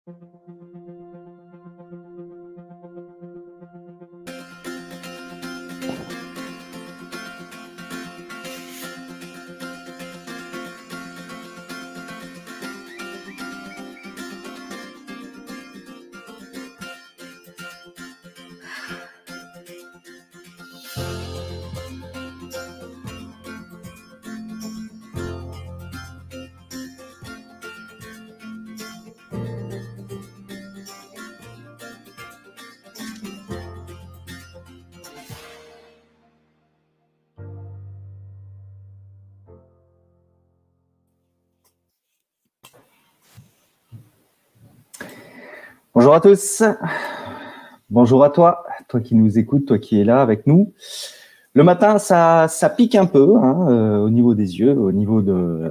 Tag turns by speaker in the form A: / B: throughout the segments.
A: Bonjour à tous, bonjour à toi, toi qui nous écoutes, toi qui es là avec nous. Le matin, ça pique un peu au niveau des yeux, au niveau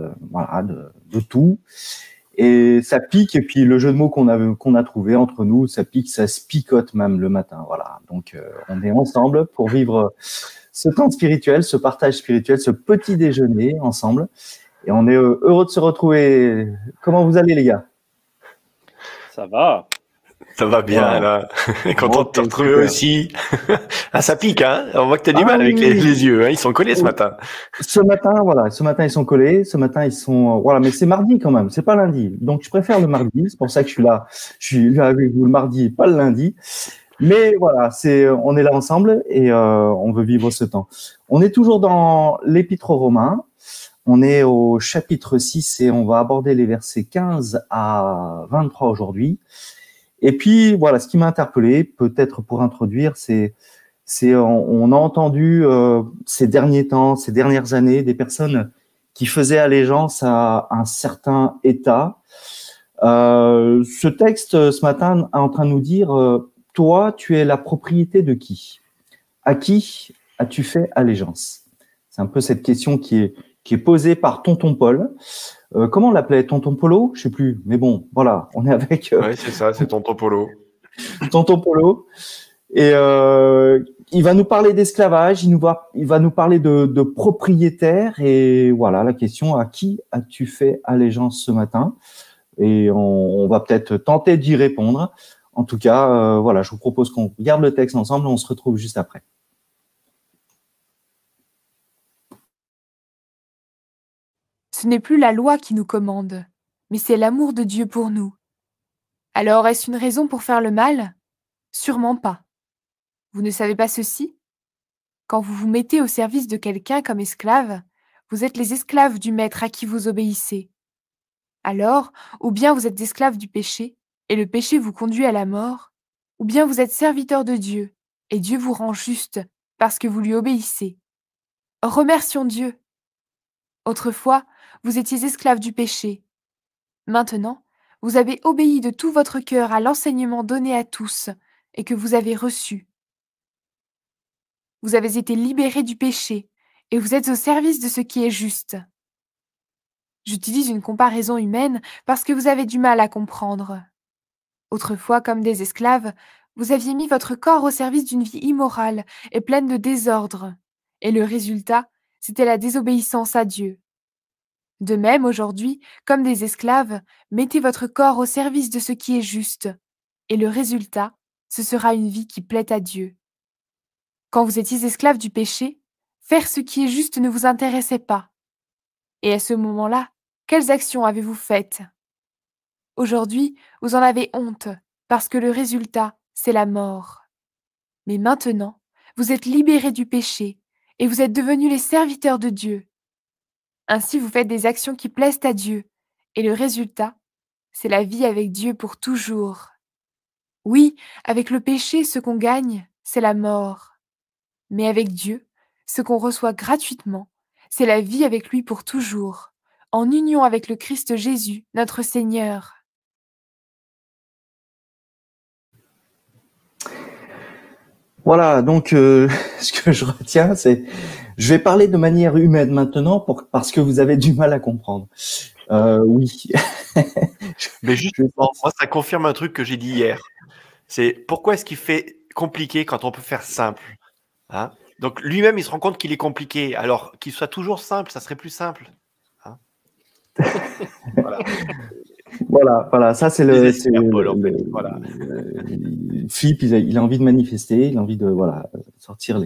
A: de tout. Et ça pique, et puis le jeu de mots qu'on a trouvé entre nous, ça pique, ça se picote même le matin. Voilà, donc on est ensemble pour vivre ce temps spirituel, ce partage spirituel, ce petit déjeuner ensemble. Et on est heureux de se retrouver. Comment vous allez les gars?
B: Ça va.
C: Ça va bien, wow. Là. Content de te retrouver aussi. Ah, ça pique, hein. On voit que tu as du mal avec les yeux. Hein. Ils sont collés ce matin.
A: Ce matin, ils sont collés. Ce matin, ils sont... Voilà, mais c'est mardi quand même. C'est pas lundi. Donc, je préfère le mardi. C'est pour ça que je suis là. Je suis là avec vous le mardi, pas le lundi. Mais voilà, on est là ensemble et on veut vivre ce temps. On est toujours dans l'Épître aux Romains. On est au chapitre 6 et on va aborder les versets 15 à 23 aujourd'hui. Et puis, voilà, ce qui m'a interpellé, peut-être pour introduire, on a entendu ces derniers temps, ces dernières années, des personnes qui faisaient allégeance à un certain État. Ce texte, ce matin, est en train de nous dire, toi, tu es la propriété de qui? À qui as-tu fait allégeance? C'est un peu cette question qui est posée par Tonton Paul. Comment on l'appelait? Tonton Polo? Je sais plus. Mais bon, voilà, on est avec...
C: Oui, c'est ça, c'est Tonton Polo.
A: Tonton Polo. Et il va nous parler d'esclavage, il va nous parler de propriétaire. Et voilà, la question, à qui as-tu fait allégeance ce matin? Et on va peut-être tenter d'y répondre. En tout cas, voilà, je vous propose qu'on regarde le texte ensemble et on se retrouve juste après.
D: Ce n'est plus la loi qui nous commande, mais c'est l'amour de Dieu pour nous. Alors, est-ce une raison pour faire le mal? Sûrement pas. Vous ne savez pas ceci? Quand vous vous mettez au service de quelqu'un comme esclave, vous êtes les esclaves du maître à qui vous obéissez. Alors, ou bien vous êtes esclaves du péché, et le péché vous conduit à la mort, ou bien vous êtes serviteurs de Dieu, et Dieu vous rend juste parce que vous lui obéissez. Remercions Dieu. Autrefois, vous étiez esclaves du péché. Maintenant, vous avez obéi de tout votre cœur à l'enseignement donné à tous et que vous avez reçu. Vous avez été libérés du péché et vous êtes au service de ce qui est juste. J'utilise une comparaison humaine parce que vous avez du mal à comprendre. Autrefois, comme des esclaves, vous aviez mis votre corps au service d'une vie immorale et pleine de désordre, et le résultat, c'était la désobéissance à Dieu. De même, aujourd'hui, comme des esclaves, mettez votre corps au service de ce qui est juste, et le résultat, ce sera une vie qui plaît à Dieu. Quand vous étiez esclaves du péché, faire ce qui est juste ne vous intéressait pas. Et à ce moment-là, quelles actions avez-vous faites? Aujourd'hui, vous en avez honte, parce que le résultat, c'est la mort. Mais maintenant, vous êtes libérés du péché, et vous êtes devenus les serviteurs de Dieu. Ainsi, vous faites des actions qui plaisent à Dieu, et le résultat, c'est la vie avec Dieu pour toujours. Oui, avec le péché, ce qu'on gagne, c'est la mort. Mais avec Dieu, ce qu'on reçoit gratuitement, c'est la vie avec lui pour toujours, en union avec le Christ Jésus, notre Seigneur.
A: Voilà, donc ce que je retiens, c'est... Je vais parler de manière humaine maintenant parce que vous avez du mal à comprendre. Oui.
C: Mais justement, moi, ça confirme un truc que j'ai dit hier. C'est pourquoi est-ce qu'il fait compliqué quand on peut faire simple, hein? Donc lui-même, il se rend compte qu'il est compliqué. Alors qu'il soit toujours simple, ça serait plus simple. Hein? Voilà.
A: Voilà, ça c'est
C: Les
A: le,
C: experts, Paul, en fait. Voilà.
A: Philippe, il a envie de manifester, il a envie de sortir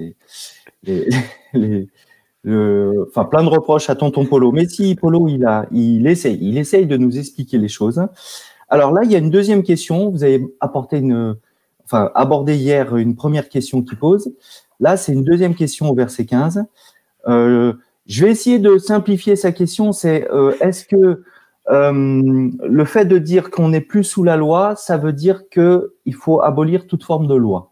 A: enfin plein de reproches à tonton Polo. Mais si Polo, il essaye de nous expliquer les choses. Alors là, il y a une deuxième question. Vous avez abordé hier une première question qu'il pose. Là, c'est une deuxième question au verset 15. Je vais essayer de simplifier sa question. C'est est-ce que le fait de dire qu'on n'est plus sous la loi, ça veut dire qu'il faut abolir toute forme de loi?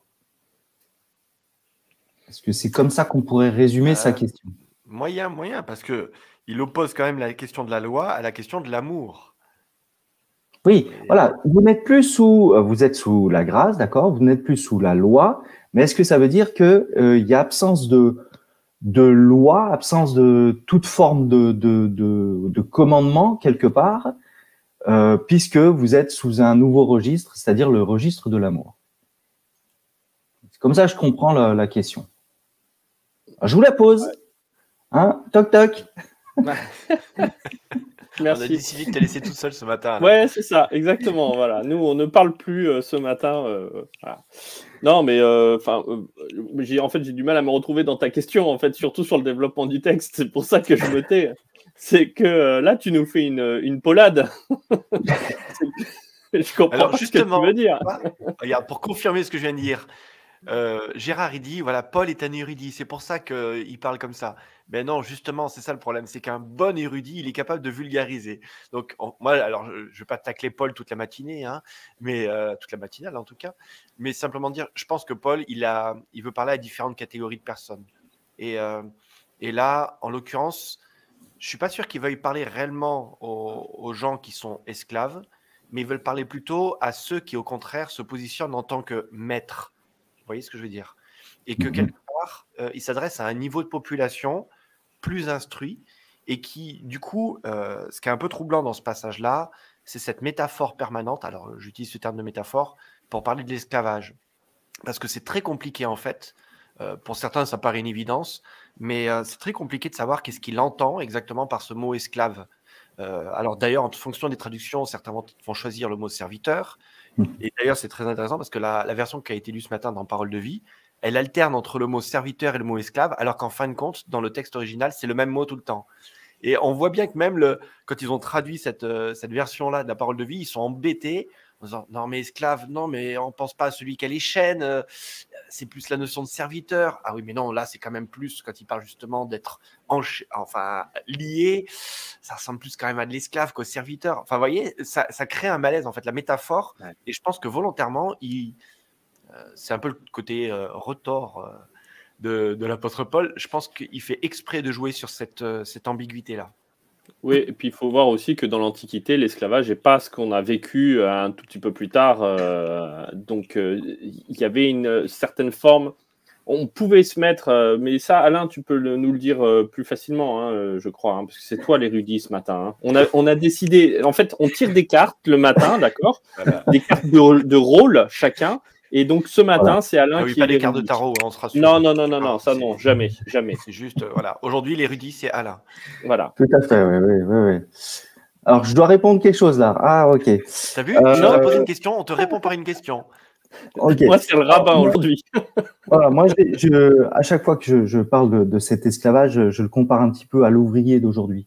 A: Est-ce que c'est comme ça qu'on pourrait résumer sa question?
C: Moyen, parce que il oppose quand même la question de la loi à la question de l'amour.
A: Oui, voilà. Vous êtes sous la grâce, d'accord? Vous n'êtes plus sous la loi, mais est-ce que ça veut dire que il y a absence de loi, absence de toute forme de commandement quelque part, puisque vous êtes sous un nouveau registre, c'est-à-dire le registre de l'amour? C'est comme ça que je comprends la question. Je vous la pose.
B: Ouais.
A: Hein, toc toc.
B: Merci.
C: On a dit si vite que t'as laissé tout seul ce matin. Là.
B: Ouais, c'est ça, exactement. Voilà, nous on ne parle plus ce matin. Voilà. Non, mais en fait j'ai du mal à me retrouver dans ta question, en fait, surtout sur le développement du texte. C'est pour ça que je me tais. C'est que là tu nous fais une polade. Je comprends pas ce que tu veux dire.
C: Regarde, pour confirmer ce que je viens de dire. Gérard, il dit, voilà, Paul est un érudit, c'est pour ça qu'il parle comme ça. Mais non, justement, c'est ça le problème, c'est qu'un bon érudit, il est capable de vulgariser. Donc, moi, alors, je ne vais pas tacler Paul toute la matinée, hein, mais toute la matinale en tout cas, mais simplement dire, je pense que Paul, il veut parler à différentes catégories de personnes. Et là, en l'occurrence, je ne suis pas sûr qu'il veuille parler réellement aux gens qui sont esclaves, mais ils veulent parler plutôt à ceux qui, au contraire, se positionnent en tant que maîtres. Vous voyez ce que je veux dire? Et que quelque part, il s'adresse à un niveau de population plus instruit et qui, du coup, ce qui est un peu troublant dans ce passage-là, c'est cette métaphore permanente. Alors, j'utilise ce terme de métaphore pour parler de l'esclavage. Parce que c'est très compliqué, en fait. Pour certains, ça paraît une évidence, mais c'est très compliqué de savoir qu'est-ce qu'il entend exactement par ce mot esclave. Alors d'ailleurs, en fonction des traductions, certains vont choisir le mot serviteur. Et d'ailleurs, c'est très intéressant parce que la version qui a été lue ce matin dans Parole de vie, elle alterne entre le mot serviteur et le mot esclave, alors qu'en fin de compte, dans le texte original, c'est le même mot tout le temps. Et on voit bien que même quand ils ont traduit cette version-là de la Parole de vie, ils sont embêtés en disant non mais esclave, non mais on pense pas à celui qui a les chaînes, c'est plus la notion de serviteur. Ah oui mais non, là c'est quand même plus quand il parle justement d'être lié, ça ressemble plus quand même à de l'esclave qu'au serviteur. Enfin vous voyez, ça crée un malaise en fait, la métaphore. Ouais. Et je pense que volontairement, c'est un peu le côté retors de l'apôtre Paul. Je pense qu'il fait exprès de jouer sur cette ambiguïté-là.
B: Oui, et puis il faut voir aussi que dans l'Antiquité, l'esclavage n'est pas ce qu'on a vécu un tout petit peu plus tard. Donc, il y avait une certaine forme. On pouvait se mettre, mais ça, Alain, tu peux nous le dire plus facilement, hein, je crois, hein, parce que c'est toi l'érudit ce matin. Hein. On a décidé, en fait, on tire des cartes le matin, d'accord, des cartes de rôle chacun. Et donc ce matin, c'est Alain qui
C: pas les cartes de tarot, on se rassure.
B: Non, ça non, jamais.
C: C'est juste, voilà. Aujourd'hui, l'érudit, c'est Alain.
B: Voilà.
A: Tout à fait, oui. Alors, je dois répondre quelque chose là. Ah, ok.
C: T'as vu? Je t'ai posé une question, on te répond par une question.
A: Okay.
B: Moi, c'est le rabbin aujourd'hui.
A: Voilà, moi, à chaque fois que je parle de cet esclavage, je le compare un petit peu à l'ouvrier d'aujourd'hui.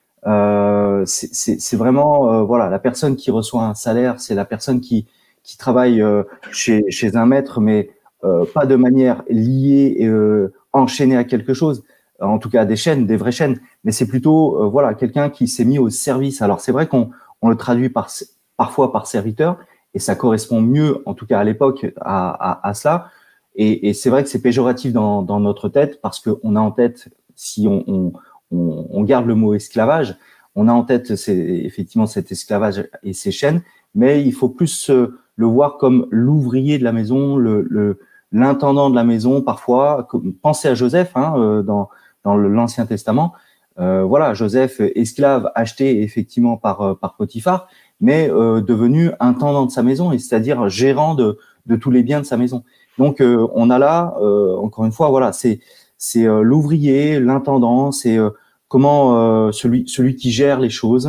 A: C'est vraiment, voilà, la personne qui reçoit un salaire, c'est la personne qui travaille chez un maître, mais pas de manière liée et enchaînée à quelque chose, en tout cas à des chaînes, des vraies chaînes, mais c'est plutôt voilà quelqu'un qui s'est mis au service. Alors c'est vrai qu'on le traduit parfois par serviteur, et ça correspond mieux, en tout cas à l'époque, à cela. Et c'est vrai que c'est péjoratif dans notre tête, parce qu'on a en tête, si on garde le mot esclavage, on a en tête effectivement cet esclavage et ces chaînes, mais il faut plus le voir comme l'ouvrier de la maison, l'intendant de la maison parfois. Pensez à Joseph dans l'Ancien Testament. Voilà, Joseph, esclave acheté effectivement par Potiphar, mais devenu intendant de sa maison, et c'est-à-dire gérant de tous les biens de sa maison. Donc on a là, encore une fois, voilà, c'est l'ouvrier, l'intendant, c'est comment celui qui gère les choses,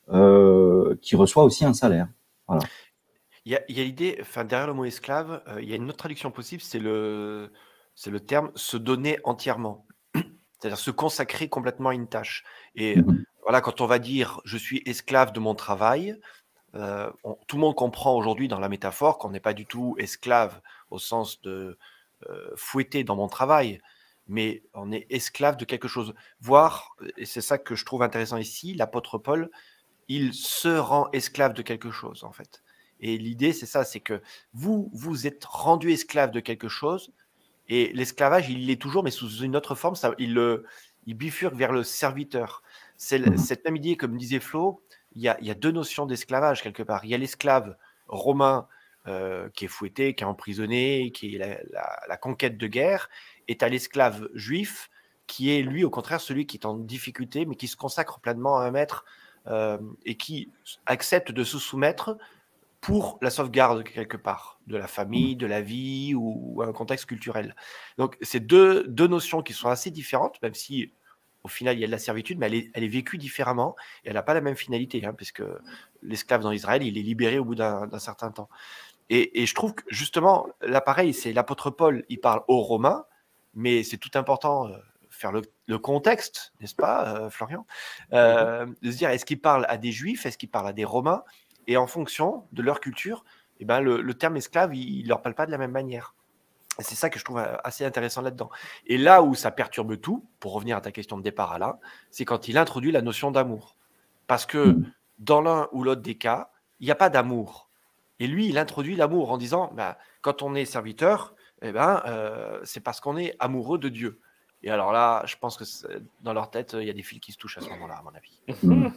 A: qui reçoit aussi un salaire. Voilà.
C: Il y a l'idée, enfin, derrière le mot esclave, il y a une autre traduction possible, c'est le terme se donner entièrement. C'est-à-dire se consacrer complètement à une tâche. Et voilà, quand on va dire je suis esclave de mon travail, tout le monde comprend aujourd'hui dans la métaphore qu'on n'est pas du tout esclave au sens de fouetté dans mon travail, mais on est esclave de quelque chose. Voire, et c'est ça que je trouve intéressant ici, l'apôtre Paul, il se rend esclave de quelque chose, en fait. Et l'idée, c'est ça, c'est que vous êtes rendu esclave de quelque chose, et l'esclavage, il l'est toujours, mais sous une autre forme, il bifurque vers le serviteur. C'est cette même idée, comme disait Flo, il y a deux notions d'esclavage, quelque part. Il y a l'esclave romain qui est fouetté, qui est emprisonné, qui est la conquête de guerre, et tu as l'esclave juif, qui est, lui, au contraire, celui qui est en difficulté, mais qui se consacre pleinement à un maître, et qui accepte de se soumettre pour la sauvegarde quelque part de la famille, de la vie ou un contexte culturel. Donc, c'est deux notions qui sont assez différentes, même si au final il y a de la servitude, mais elle est vécue différemment et elle n'a pas la même finalité, puisque l'esclave dans Israël, il est libéré au bout d'un certain temps. Et je trouve que justement, là pareil, c'est l'apôtre Paul, il parle aux Romains, mais c'est tout important faire le contexte, n'est-ce pas, Florian, de se dire, est-ce qu'il parle à des Juifs, est-ce qu'il parle à des Romains? Et en fonction de leur culture, eh ben, le terme esclave, il ne leur parle pas de la même manière. Et c'est ça que je trouve assez intéressant là-dedans. Et là où ça perturbe tout, pour revenir à ta question de départ, Alain, c'est quand il introduit la notion d'amour. Parce que dans l'un ou l'autre des cas, il n'y a pas d'amour. Et lui, il introduit l'amour en disant, bah, quand on est serviteur, eh ben, c'est parce qu'on est amoureux de Dieu. Et alors là, je pense que dans leur tête, il y a des fils qui se touchent à ce moment-là, à mon avis.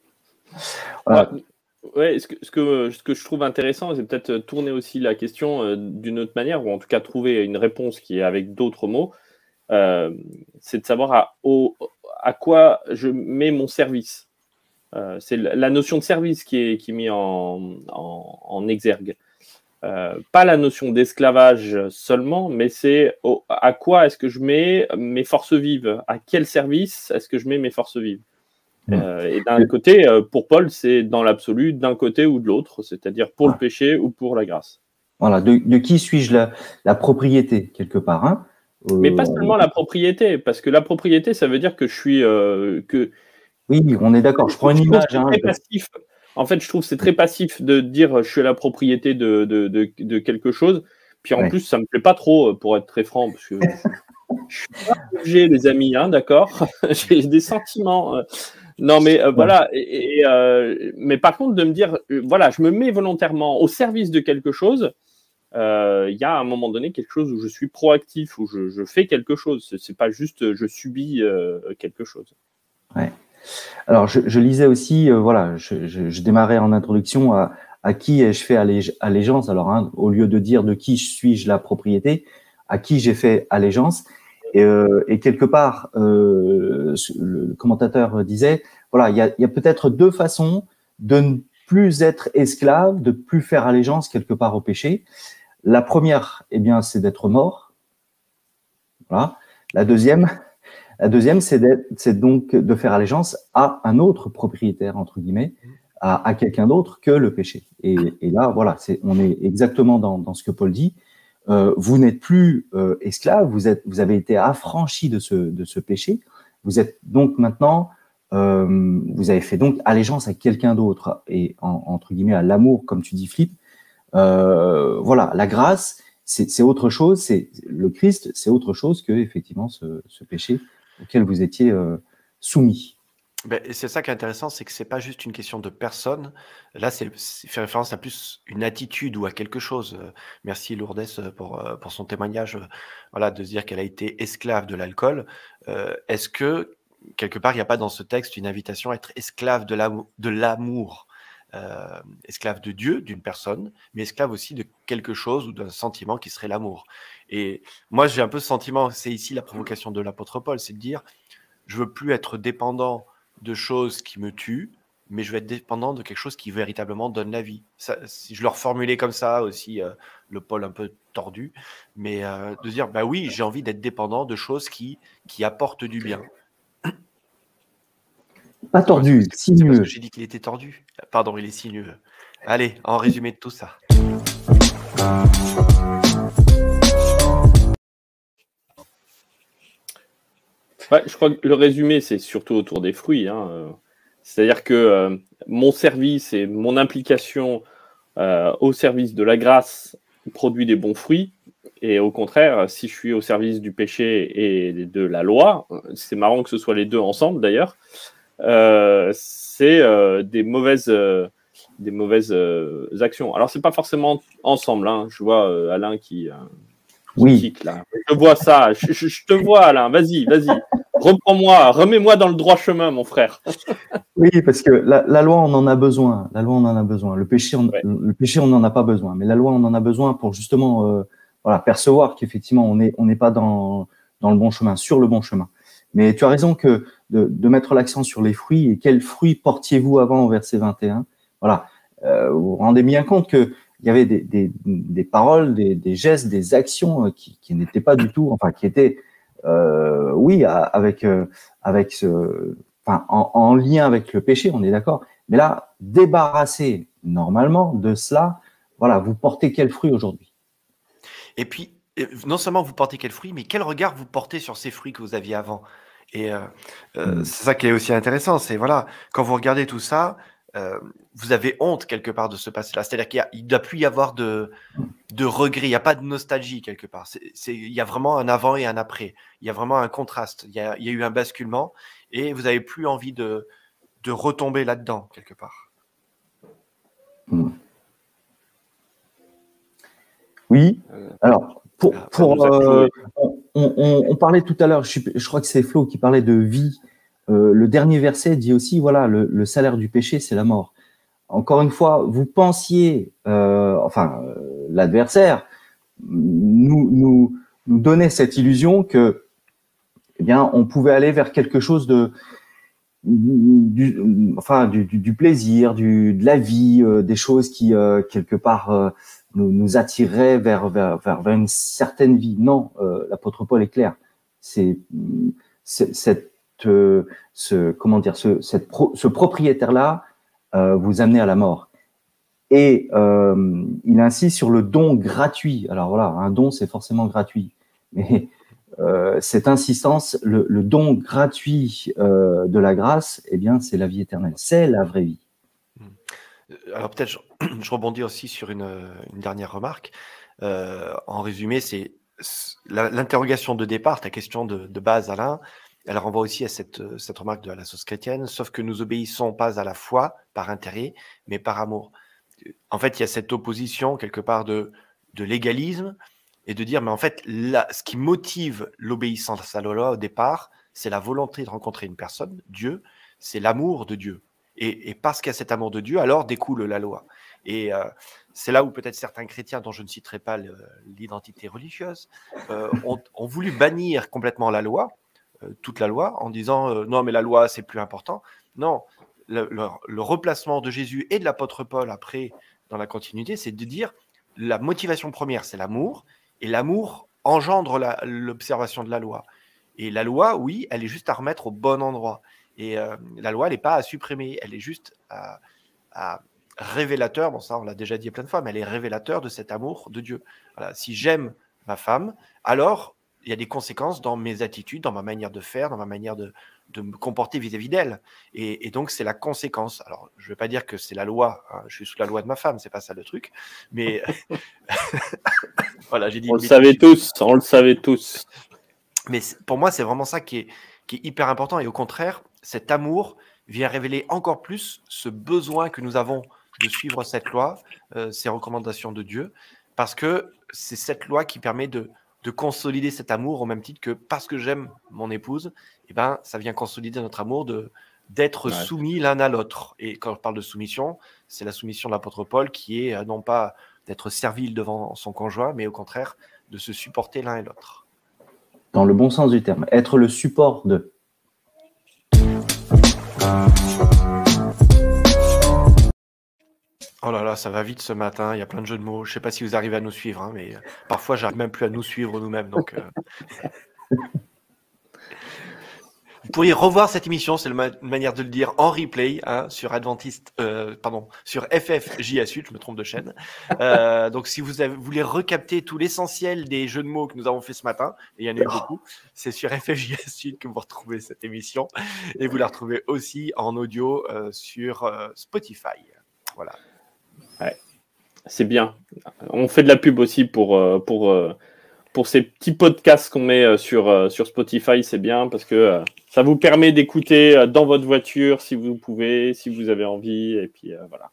B: Ouais, ce que je trouve intéressant, c'est peut-être tourner aussi la question d'une autre manière, ou en tout cas trouver une réponse qui est avec d'autres mots, c'est de savoir à quoi je mets mon service. C'est la notion de service qui est mise en exergue. Pas la notion d'esclavage seulement, mais c'est à quoi est-ce que je mets mes forces vives, à quel service est-ce que je mets mes forces vives. Et d'un côté, pour Paul, c'est dans l'absolu, d'un côté ou de l'autre, c'est-à-dire pour le péché ou pour la grâce.
A: Voilà, de qui suis-je la propriété, quelque part,
B: mais pas seulement la propriété, parce que la propriété, ça veut dire que je suis...
A: Oui, on est d'accord, je prends une image.
B: Très passif. En fait, je trouve que c'est très passif de dire je suis la propriété de quelque chose. Puis en plus, ça ne me plaît pas trop, pour être très franc, parce que je suis pas obligé, les amis, d'accord. J'ai des sentiments. Non, mais voilà. Mais par contre, de me dire, voilà, je me mets volontairement au service de quelque chose, il y a à un moment donné quelque chose où je suis proactif, où je fais quelque chose. C'est pas juste je subis quelque chose.
A: Ouais. Alors, je lisais aussi, voilà, je démarrais en introduction à qui ai-je fait allégeance. Alors, au lieu de dire de qui suis-je la propriété, à qui j'ai fait allégeance. Et quelque part, le commentateur disait, voilà, il y a peut-être deux façons de ne plus être esclave, de plus faire allégeance quelque part au péché. La première, eh bien, c'est d'être mort. Voilà. La deuxième, c'est donc de faire allégeance à un autre propriétaire, entre guillemets, à quelqu'un d'autre que le péché. Et là, voilà, on est exactement dans ce que Paul dit. Vous n'êtes plus esclave, vous avez été affranchi de ce péché. Vous êtes donc maintenant, vous avez fait donc allégeance à quelqu'un d'autre et entre guillemets à l'amour, comme tu dis, Philippe. Voilà, la grâce, c'est autre chose. C'est le Christ, c'est autre chose que effectivement ce péché auquel vous étiez soumis.
C: C'est ça qui est intéressant, c'est que c'est pas juste une question de personne. Là, c'est fait référence à plus une attitude ou à quelque chose. Merci Lourdes pour son témoignage, voilà, de se dire qu'elle a été esclave de l'alcool. Est-ce que quelque part il n'y a pas dans ce texte une invitation à être esclave de l'amour, esclave de Dieu, d'une personne, mais esclave aussi de quelque chose ou d'un sentiment qui serait l'amour. Et moi, j'ai un peu ce sentiment. C'est ici la provocation de l'apôtre Paul, c'est de dire je veux plus être dépendant de choses qui me tuent, mais je vais être dépendant de quelque chose qui véritablement donne la vie. Ça, si je le reformulais comme ça aussi, le Paul un peu tordu, mais de dire, bah oui, j'ai envie d'être dépendant de choses qui apportent du bien.
A: pas tordu,
C: C'est parce
A: sinueux.
C: que j'ai dit qu'il était tordu. Pardon, il est sinueux. Allez, en résumé de tout ça.
B: Ouais, je crois que le résumé, c'est surtout autour des fruits. C'est-à-dire que mon service et mon implication au service de la grâce produit des bons fruits. Et au contraire, si je suis au service du péché et de la loi, c'est marrant que ce soit les deux ensemble d'ailleurs, c'est des mauvaises actions. Alors, c'est pas forcément ensemble. Hein. Je vois Alain qui tique là. Je vois ça. Je te vois, Alain. Vas-y. Reprends-moi. Remets-moi dans le droit chemin, mon frère.
A: Oui, parce que la loi, on en a besoin. La loi, on en a besoin. Le péché, on n'en a pas besoin. Mais la loi, on en a besoin pour justement percevoir qu'effectivement, on n'est pas dans le bon chemin, sur le bon chemin. Mais tu as raison que de mettre l'accent sur les fruits. Et quels fruits portiez-vous avant au verset 21 ? Voilà. Vous vous rendez bien compte que il y avait des paroles, des gestes, des actions qui n'étaient pas du tout, enfin, qui étaient, avec ce, enfin, en lien avec le péché, on est d'accord. Mais là, débarrassé normalement de cela, voilà, vous portez quel fruit aujourd'hui ?
C: Et puis, non seulement vous portez quel fruit, mais quel regard vous portez sur ces fruits que vous aviez avant. Et c'est ça qui est aussi intéressant, c'est voilà, quand vous regardez tout ça, vous avez honte quelque part de ce passé-là. C'est-à-dire qu'il ne doit plus y avoir de regret, il n'y a pas de nostalgie quelque part. Il y a vraiment un avant et un après. Il y a vraiment un contraste. Il y a eu un basculement et vous n'avez plus envie de retomber là-dedans quelque part.
A: Oui. Alors, on parlait tout à l'heure, je crois que c'est Flo qui parlait de vie. Le dernier verset dit aussi, voilà, le salaire du péché, c'est la mort. Encore une fois, vous pensiez, l'adversaire nous donnait cette illusion que, eh bien, on pouvait aller vers quelque chose du plaisir, de la vie, des choses qui quelque part nous attireraient vers une certaine vie. Non, l'apôtre Paul est clair. Ce propriétaire-là vous amenez à la mort. Et il insiste sur le don gratuit. Alors voilà, un don, c'est forcément gratuit. Mais cette insistance, le don gratuit de la grâce, eh bien, c'est la vie éternelle. C'est la vraie vie.
C: Alors peut-être, je rebondis aussi sur une dernière remarque. En résumé, c'est l'interrogation de départ, ta question de base, Alain, elle renvoie aussi à cette remarque de la sauce chrétienne, sauf que nous obéissons pas à la foi par intérêt, mais par amour. En fait, il y a cette opposition quelque part de l'égalisme et de dire, mais en fait, ce qui motive l'obéissance à la loi au départ, c'est la volonté de rencontrer une personne, Dieu, c'est l'amour de Dieu. Et parce qu'il y a cet amour de Dieu, alors découle la loi. Et c'est là où peut-être certains chrétiens, dont je ne citerai pas l'identité religieuse, ont voulu bannir complètement la loi, toute la loi, en disant non, mais la loi, c'est plus important. Non, le replacement de Jésus et de l'apôtre Paul après, dans la continuité, c'est de dire la motivation première, c'est l'amour, et l'amour engendre l'observation de la loi. Et la loi, oui, elle est juste à remettre au bon endroit. Et la loi, elle n'est pas à supprimer, elle est juste à révélateur, bon ça on l'a déjà dit plein de fois, mais elle est révélateur de cet amour de Dieu. Voilà, si j'aime ma femme, alors il y a des conséquences dans mes attitudes, dans ma manière de faire, dans ma manière de me comporter vis-à-vis d'elle. Et donc, c'est la conséquence. Alors, je ne vais pas dire que c'est la loi, hein, je suis sous la loi de ma femme, c'est pas ça le truc, mais voilà, j'ai dit.
B: On le savait tous.
C: Mais pour moi, c'est vraiment ça qui est hyper important. Et au contraire, cet amour vient révéler encore plus ce besoin que nous avons de suivre cette loi, ces recommandations de Dieu, parce que c'est cette loi qui permet de consolider cet amour au même titre que parce que j'aime mon épouse, eh ben, ça vient consolider notre amour d'être soumis l'un à l'autre. Et quand je parle de soumission, c'est la soumission de l'apôtre Paul qui est non pas d'être servile devant son conjoint, mais au contraire de se supporter l'un et l'autre.
A: Dans le bon sens du terme, être le support de.
C: Oh là là, ça va vite ce matin, il y a plein de jeux de mots. Je ne sais pas si vous arrivez à nous suivre, hein, mais parfois, j'arrive même plus à nous suivre nous-mêmes. Donc, Vous pourriez revoir cette émission, c'est une manière de le dire, en replay hein, sur sur FFJA Sud, je me trompe de chaîne. Donc si vous voulez recapter tout l'essentiel des jeux de mots que nous avons fait ce matin, et il y en a eu beaucoup, c'est sur FFJA Sud que vous retrouvez cette émission, et vous la retrouvez aussi en audio sur Spotify. Voilà.
B: Ouais, c'est bien. On fait de la pub aussi pour ces petits podcasts qu'on met sur Spotify, c'est bien parce que ça vous permet d'écouter dans votre voiture si vous pouvez, si vous avez envie. Et puis voilà.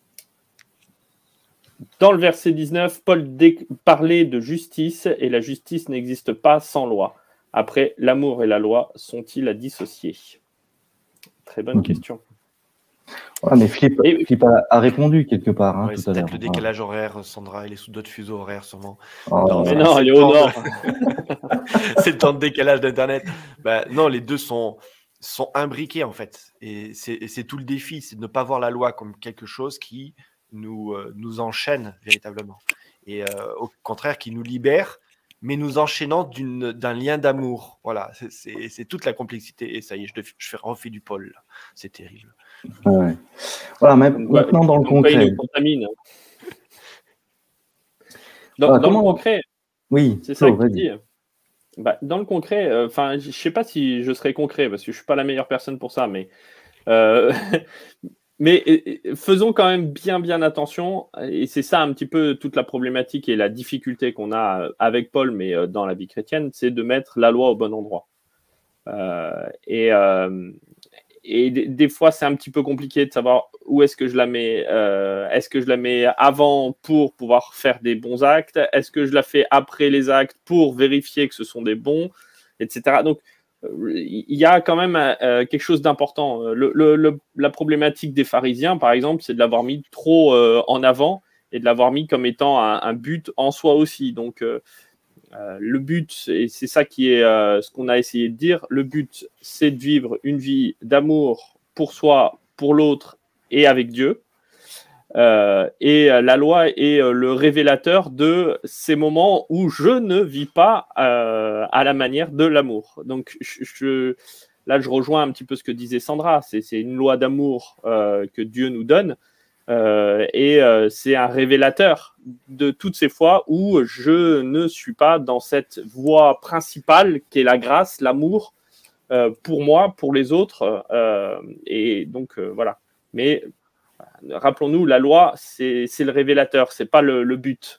B: Dans le verset 19, Paul parlait de justice et la justice n'existe pas sans loi. Après, l'amour et la loi sont-ils à dissocier? Très bonne question.
A: Ouais, mais Philippe a répondu quelque part hein,
C: ouais,
A: tout à l'heure.
C: C'est peut-être le décalage horaire, Sandra, elle est sous d'autres fuseaux horaires sûrement.
A: Oh,
B: mais non, elle est au nord.
C: C'est le temps de décalage d'Internet. Bah, non, les deux sont imbriqués en fait. Et c'est tout le défi, c'est de ne pas voir la loi comme quelque chose qui nous enchaîne véritablement. Et au contraire, qui nous libère, mais nous enchaînant d'un lien d'amour. Voilà, c'est toute la complexité. Et ça y est, je refais du Paul. C'est terrible.
A: Ouais. Voilà, maintenant dans le concret.
B: Il nous contamine. Dans le concret,
A: oui,
B: c'est ça que tu dis. Bah, dans le concret, je ne sais pas si je serai concret parce que je ne suis pas la meilleure personne pour ça, mais faisons quand même bien attention. Et c'est ça un petit peu toute la problématique et la difficulté qu'on a avec Paul, mais dans la vie chrétienne, c'est de mettre la loi au bon endroit. Et des fois, c'est un petit peu compliqué de savoir où est-ce que je la mets. Est-ce que je la mets avant pour pouvoir faire des bons actes? Est-ce que je la fais après les actes pour vérifier que ce sont des bons, etc. Donc, il y a quand même quelque chose d'important. La problématique des pharisiens, par exemple, c'est de l'avoir mis trop en avant et de l'avoir mis comme étant un but en soi aussi. Donc, le but, et c'est ça qui est ce qu'on a essayé de dire, le but, c'est de vivre une vie d'amour pour soi, pour l'autre et avec Dieu. Et la loi est le révélateur de ces moments où je ne vis pas à la manière de l'amour. Donc là, je rejoins un petit peu ce que disait Sandra. C'est une loi d'amour que Dieu nous donne. C'est un révélateur de toutes ces fois où je ne suis pas dans cette voie principale qui est la grâce, l'amour pour moi, pour les autres. Et donc, voilà. Mais rappelons-nous, la loi, c'est le révélateur, c'est pas le but.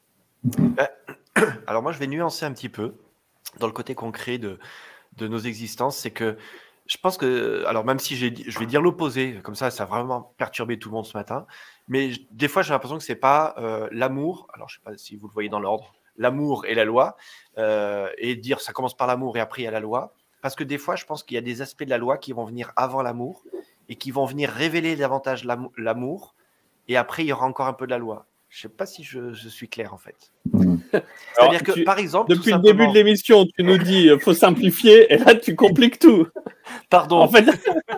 C: Alors moi, je vais nuancer un petit peu dans le côté concret de nos existences. C'est que je pense que, alors même si je vais dire l'opposé, comme ça a vraiment perturbé tout le monde ce matin, mais des fois j'ai l'impression que c'est pas l'amour, alors je sais pas si vous le voyez dans l'ordre, l'amour et la loi, et dire ça commence par l'amour et après il y a la loi, parce que des fois je pense qu'il y a des aspects de la loi qui vont venir avant l'amour et qui vont venir révéler davantage l'amour, et après il y aura encore un peu de la loi. Je sais pas si je suis clair en fait. C'est-à-dire que, par exemple,
B: depuis le début de l'émission, tu nous dis faut simplifier, et là tu compliques tout.
C: Pardon.
B: En fait.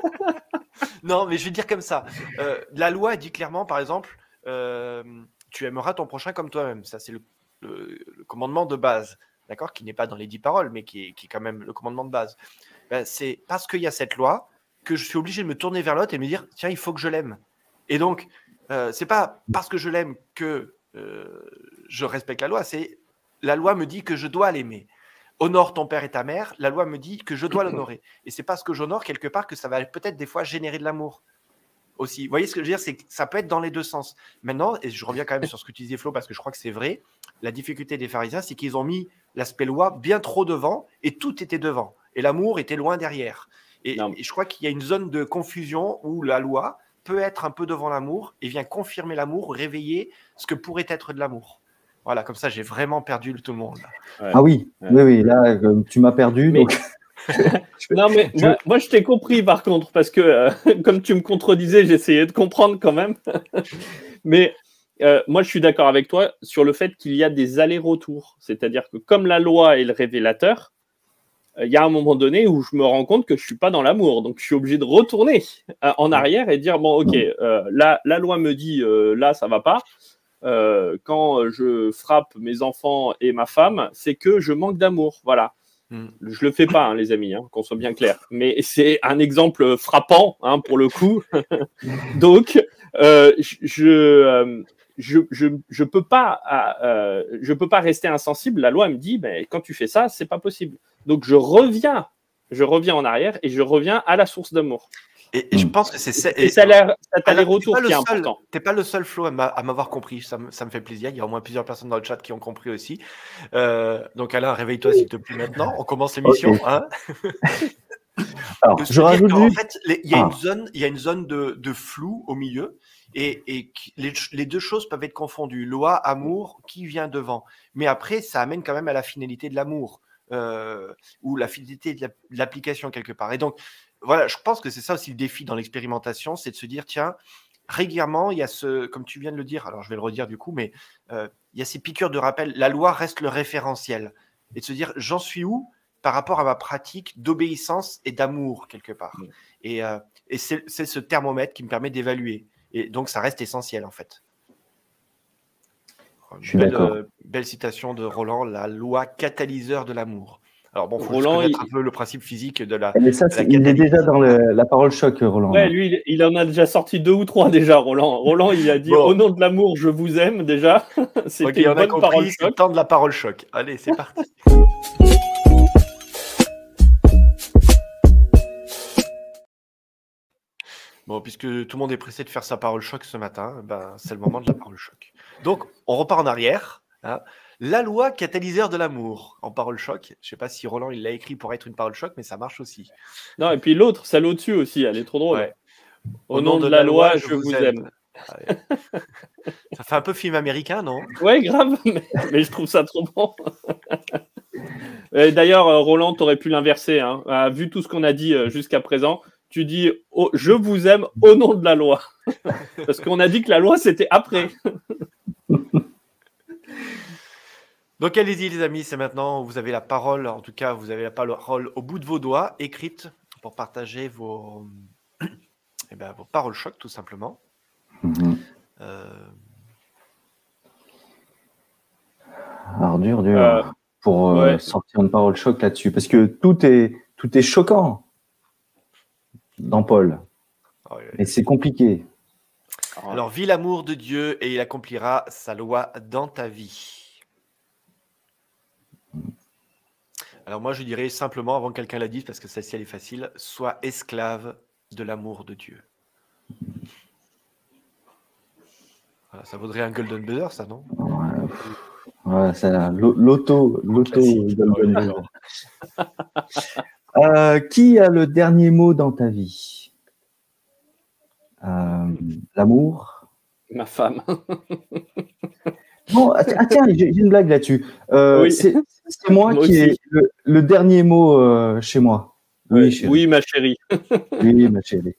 C: Non, mais je vais dire comme ça. La loi dit clairement, par exemple, tu aimeras ton prochain comme toi-même. Ça, c'est le commandement de base, d'accord, qui n'est pas dans les 10 paroles, mais qui est quand même le commandement de base. Ben, c'est parce qu'il y a cette loi que je suis obligé de me tourner vers l'autre et me dire tiens, il faut que je l'aime. Et donc, c'est pas parce que je l'aime que je respecte la loi, c'est la loi me dit que je dois l'aimer. Honore ton père et ta mère, la loi me dit que je dois l'honorer. Et c'est parce que j'honore quelque part que ça va peut-être des fois générer de l'amour aussi. Vous voyez ce que je veux dire, c'est que ça peut être dans les deux sens. Maintenant, et je reviens quand même sur ce que tu disais Flo, parce que je crois que c'est vrai, la difficulté des pharisiens, c'est qu'ils ont mis l'aspect loi bien trop devant et tout était devant. Et l'amour était loin derrière. Et je crois qu'il y a une zone de confusion où la loi peut être un peu devant l'amour et vient confirmer l'amour, réveiller ce que pourrait être de l'amour. Voilà, comme ça, j'ai vraiment perdu tout le monde.
A: Ouais. Ah oui, oui, là, tu m'as perdu.
B: Mais...
A: Donc...
B: non, mais moi, je t'ai compris, par contre, parce que, comme tu me contredisais, j'essayais de comprendre quand même. Mais moi, je suis d'accord avec toi sur le fait qu'il y a des allers-retours. C'est-à-dire que comme la loi est le révélateur, il y a un moment donné où je me rends compte que je ne suis pas dans l'amour. Donc, je suis obligé de retourner en arrière et dire, bon, OK, la loi me dit, là, ça ne va pas. Quand je frappe mes enfants et ma femme, c'est que je manque d'amour. Voilà. Je le fais pas, hein, les amis, hein, qu'on soit bien clair. Mais c'est un exemple frappant, hein, pour le coup. Donc, je peux pas rester insensible. La loi me dit, ben, quand tu fais ça, c'est pas possible. Donc, je reviens en arrière et je reviens à la source d'amour.
C: Et je pense que c'est ça.
B: Et cet aller-retour qui est important.
C: T'es pas le seul, Flo, à m'avoir compris. Ça me fait plaisir. Il y a au moins plusieurs personnes dans le chat qui ont compris aussi. Donc Alain, réveille-toi s'il te plaît maintenant. On commence l'émission. Okay. Hein.
A: Alors, je rajoute
C: en fait, il y a une zone de flou au milieu. Et les deux choses peuvent être confondues. Loi, amour, qui vient devant. Mais après, ça amène quand même à la finalité de l'amour. Ou la finalité de l'application quelque part. Et donc, voilà, je pense que c'est ça aussi le défi dans l'expérimentation, c'est de se dire, tiens, régulièrement, il y a comme tu viens de le dire, alors je vais le redire du coup, mais il y a ces piqûres de rappel, la loi reste le référentiel. Et de se dire, j'en suis où par rapport à ma pratique d'obéissance et d'amour, quelque part. Et c'est ce thermomètre qui me permet d'évaluer. Et donc, ça reste essentiel, en fait. Belle citation de Roland, la loi catalyseur de l'amour. Alors bon, il faut connaître un peu le principe physique de la.
A: Mais ça, il est déjà dans la parole choc, Roland.
B: Ouais, lui, il en a déjà sorti 2 ou 3 déjà, Roland. Roland, il a dit au nom de l'amour, je vous aime déjà. C'était une bonne parole choc.
C: C'est le temps de la parole choc. Allez, c'est parti. Bon, puisque tout le monde est pressé de faire sa parole choc ce matin, ben, c'est le moment de la parole choc. Donc, on repart en arrière. Hein. La loi catalyseur de l'amour, en parole choc. Je ne sais pas si Roland il l'a écrit pour être une parole choc, mais ça marche aussi.
B: Non, et puis l'autre, celle au-dessus aussi, elle est trop drôle. Ouais. Au nom de la loi, je vous aime.
C: Ça fait un peu film américain, non?
B: Ouais, grave, mais je trouve ça trop bon. D'ailleurs, Roland, tu aurais pu l'inverser. Hein. Vu tout ce qu'on a dit jusqu'à présent, tu dis je vous aime au nom de la loi. Parce qu'on a dit que la loi, c'était après.
C: Donc allez-y les amis, c'est maintenant, vous avez la parole, en tout cas vous avez la parole au bout de vos doigts, écrite, pour partager vos paroles choc tout simplement.
A: Alors dur pour sortir une parole choc là-dessus, parce que tout est choquant dans Paul, et c'est compliqué.
C: Alors vis l'amour de Dieu et il accomplira sa loi dans ta vie. Alors moi, je dirais simplement, avant que quelqu'un la dise, parce que celle-ci, elle est facile, sois esclave de l'amour de Dieu. Voilà, ça vaudrait un Golden Buzzer, ça, non?
A: Ouais, c'est l'auto Golden Buzzer. Qui a le dernier mot dans ta vie? L'amour?
B: Ma femme.
A: Bon, tiens, j'ai une blague là-dessus.
B: Oui.
A: C'est moi qui ai le dernier mot chez moi.
B: Oui, chérie. Oui, ma chérie.
A: Oui, ma chérie.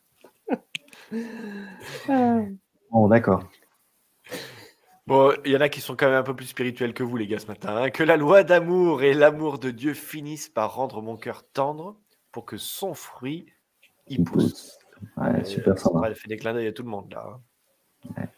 A: Bon, d'accord.
C: Bon, il y en a qui sont quand même un peu plus spirituels que vous, les gars, ce matin. Hein. Que la loi d'amour et l'amour de Dieu finissent par rendre mon cœur tendre pour que son fruit y pousse.
A: Ouais, super sympa.
C: Elle fait des clins d'œil à tout le monde, là. Hein.
A: Ouais.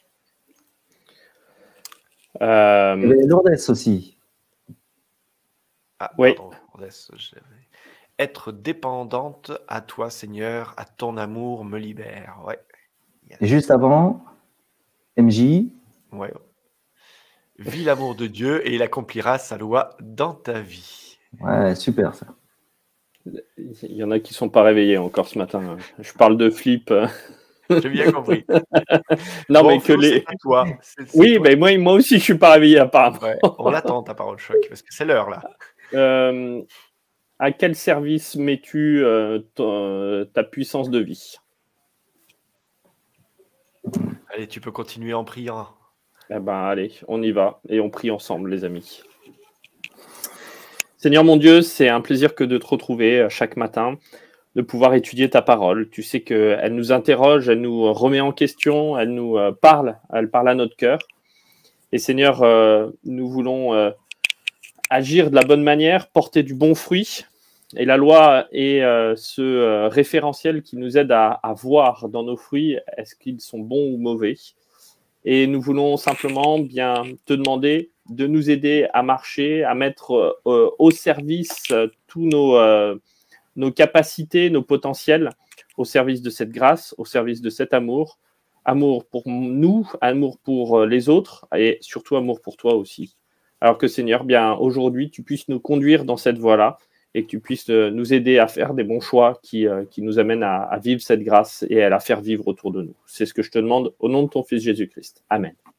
A: Il y avait Lourdes aussi.
C: Ah, oui. Pardon, Lourdes, être dépendante à toi, Seigneur, à ton amour me libère. Ouais.
A: Et juste avant, MJ.
C: Ouais. Vis l'amour de Dieu et il accomplira sa loi dans ta vie.
A: Ouais, super ça.
B: Il y en a qui ne sont pas réveillés encore ce matin. Je parle de flip.
C: J'ai bien compris.
B: Non, bon, mais que les.
C: Toi.
B: Oui, mais moi aussi, je ne suis pas réveillé apparemment.
C: Ouais, on l'attend, ta parole choc, parce que c'est l'heure là.
B: À quel service mets-tu ta puissance de vie?
C: Allez, tu peux continuer en priant.
B: Eh ben, allez, on y va et on prie ensemble, les amis. Seigneur mon Dieu, c'est un plaisir que de te retrouver chaque matin, de pouvoir étudier ta parole. Tu sais qu'elle nous interroge, elle nous remet en question, elle nous parle, elle parle à notre cœur. Et Seigneur, nous voulons agir de la bonne manière, porter du bon fruit. Et la loi est ce référentiel qui nous aide à voir dans nos fruits, est-ce qu'ils sont bons ou mauvais. Et nous voulons simplement bien te demander de nous aider à marcher, à mettre au service tous nos capacités, nos potentiels, au service de cette grâce, au service de cet amour. Amour pour nous, amour pour les autres et surtout amour pour toi aussi. Alors que Seigneur, bien aujourd'hui, tu puisses nous conduire dans cette voie-là et que tu puisses nous aider à faire des bons choix qui nous amènent à vivre cette grâce et à la faire vivre autour de nous. C'est ce que je te demande au nom de ton Fils Jésus-Christ. Amen.